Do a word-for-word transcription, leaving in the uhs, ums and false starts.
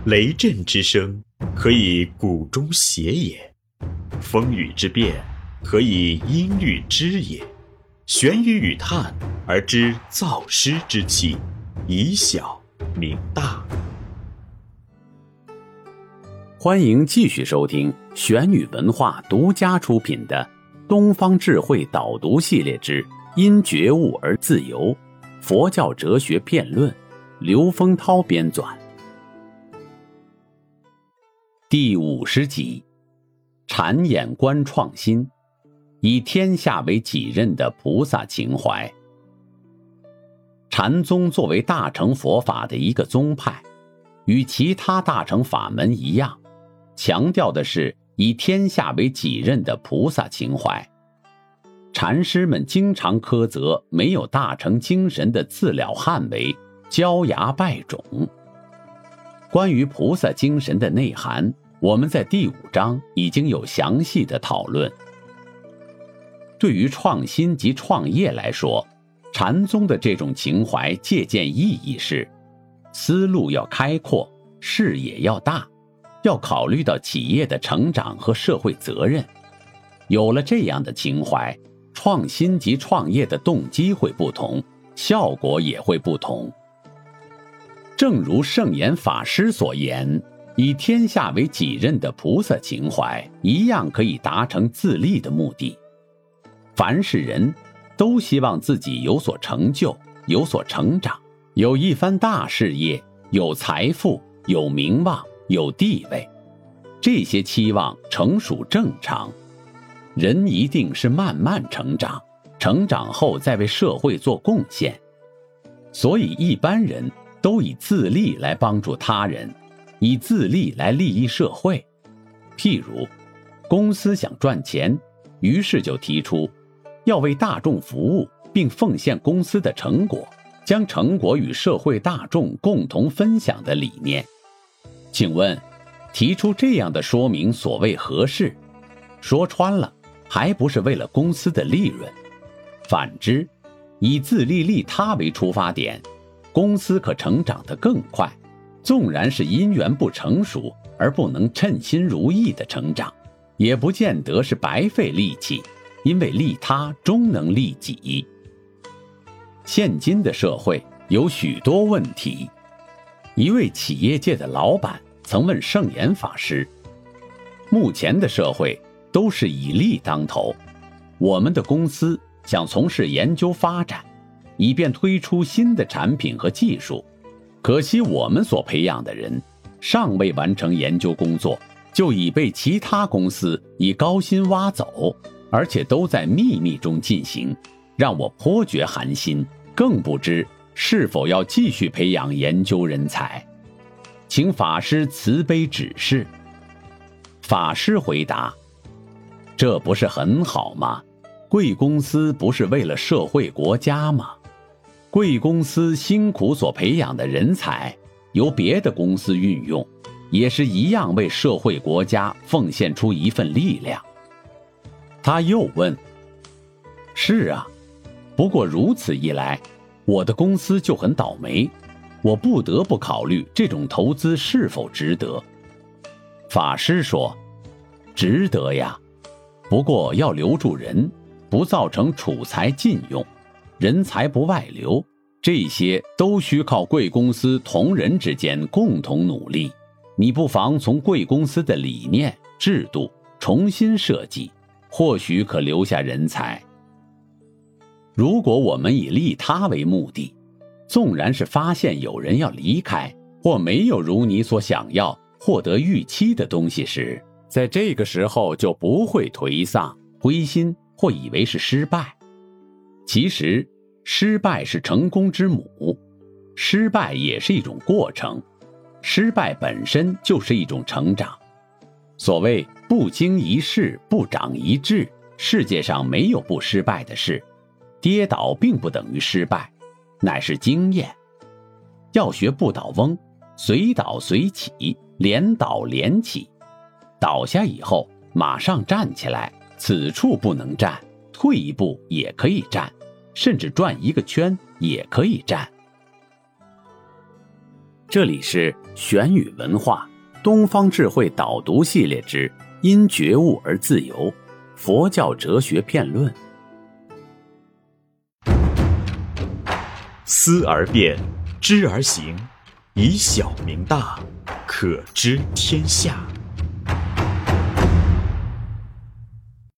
雷震之声，可以鼓中谐也；风雨之变，可以音律之也。玄于语叹而知造湿之气，以小明大。 欢迎继续收听玄宇文化独家出品的东方智慧导读系列之因觉悟而自由，佛教哲学辩论，刘丰涛编纂。第五十集，禅眼观创新，以天下为己任的菩萨情怀。禅宗作为大乘佛法的一个宗派，与其他大乘法门一样，强调的是以天下为己任的菩萨情怀。禅师们经常苛责没有大乘精神的自了汉为焦芽败种。关于菩萨精神的内涵，我们在第五章已经有详细的讨论。对于创新及创业来说，禅宗的这种情怀借鉴意义是：思路要开阔，视野要大，要考虑到企业的成长和社会责任。有了这样的情怀，创新及创业的动机会不同，效果也会不同。正如圣严法师所言，以天下为己任的菩萨情怀一样可以达成自立的目的。凡是人都希望自己有所成就，有所成长，有一番大事业，有财富，有名望，有地位。这些期望诚属正常。人一定是慢慢成长，成长后再为社会做贡献。所以一般人都以自利来帮助他人，以自利来利益社会。譬如公司想赚钱，于是就提出要为大众服务，并奉献公司的成果，将成果与社会大众共同分享的理念。请问提出这样的说明所谓何事？说穿了，还不是为了公司的利润。反之，以自利利他为出发点，公司可成长得更快，纵然是因缘不成熟而不能称心如意的成长，也不见得是白费力气，因为利他终能利己。现今的社会有许多问题。一位企业界的老板曾问圣严法师，目前的社会都是以利当头，我们的公司想从事研究发展，以便推出新的产品和技术。可惜我们所培养的人尚未完成研究工作，就已被其他公司以高薪挖走，而且都在秘密中进行，让我颇觉寒心，更不知是否要继续培养研究人才。请法师慈悲指示。法师回答，这不是很好吗？贵公司不是为了社会国家吗？贵公司辛苦所培养的人才，由别的公司运用，也是一样为社会国家奉献出一份力量。他又问，是啊，不过如此一来，我的公司就很倒霉，我不得不考虑这种投资是否值得。法师说，值得呀，不过要留住人，不造成储财禁用，人才不外流，这些都需靠贵公司同仁之间共同努力。你不妨从贵公司的理念、制度重新设计，或许可留下人才。如果我们以利他为目的，纵然是发现有人要离开，或没有如你所想要获得预期的东西时，在这个时候就不会颓丧、灰心或以为是失败。其实失败是成功之母，失败也是一种过程，失败本身就是一种成长。所谓不经一事不长一智，世界上没有不失败的事，跌倒并不等于失败，乃是经验。要学不倒翁，随倒随起，连倒连起，倒下以后马上站起来，此处不能站，退一步也可以站，甚至转一个圈也可以站。 这里是玄宇文化东方智慧导读系列之因觉悟而自由，佛教哲学辩论。 思而变，知而行，以小明大，可知天下。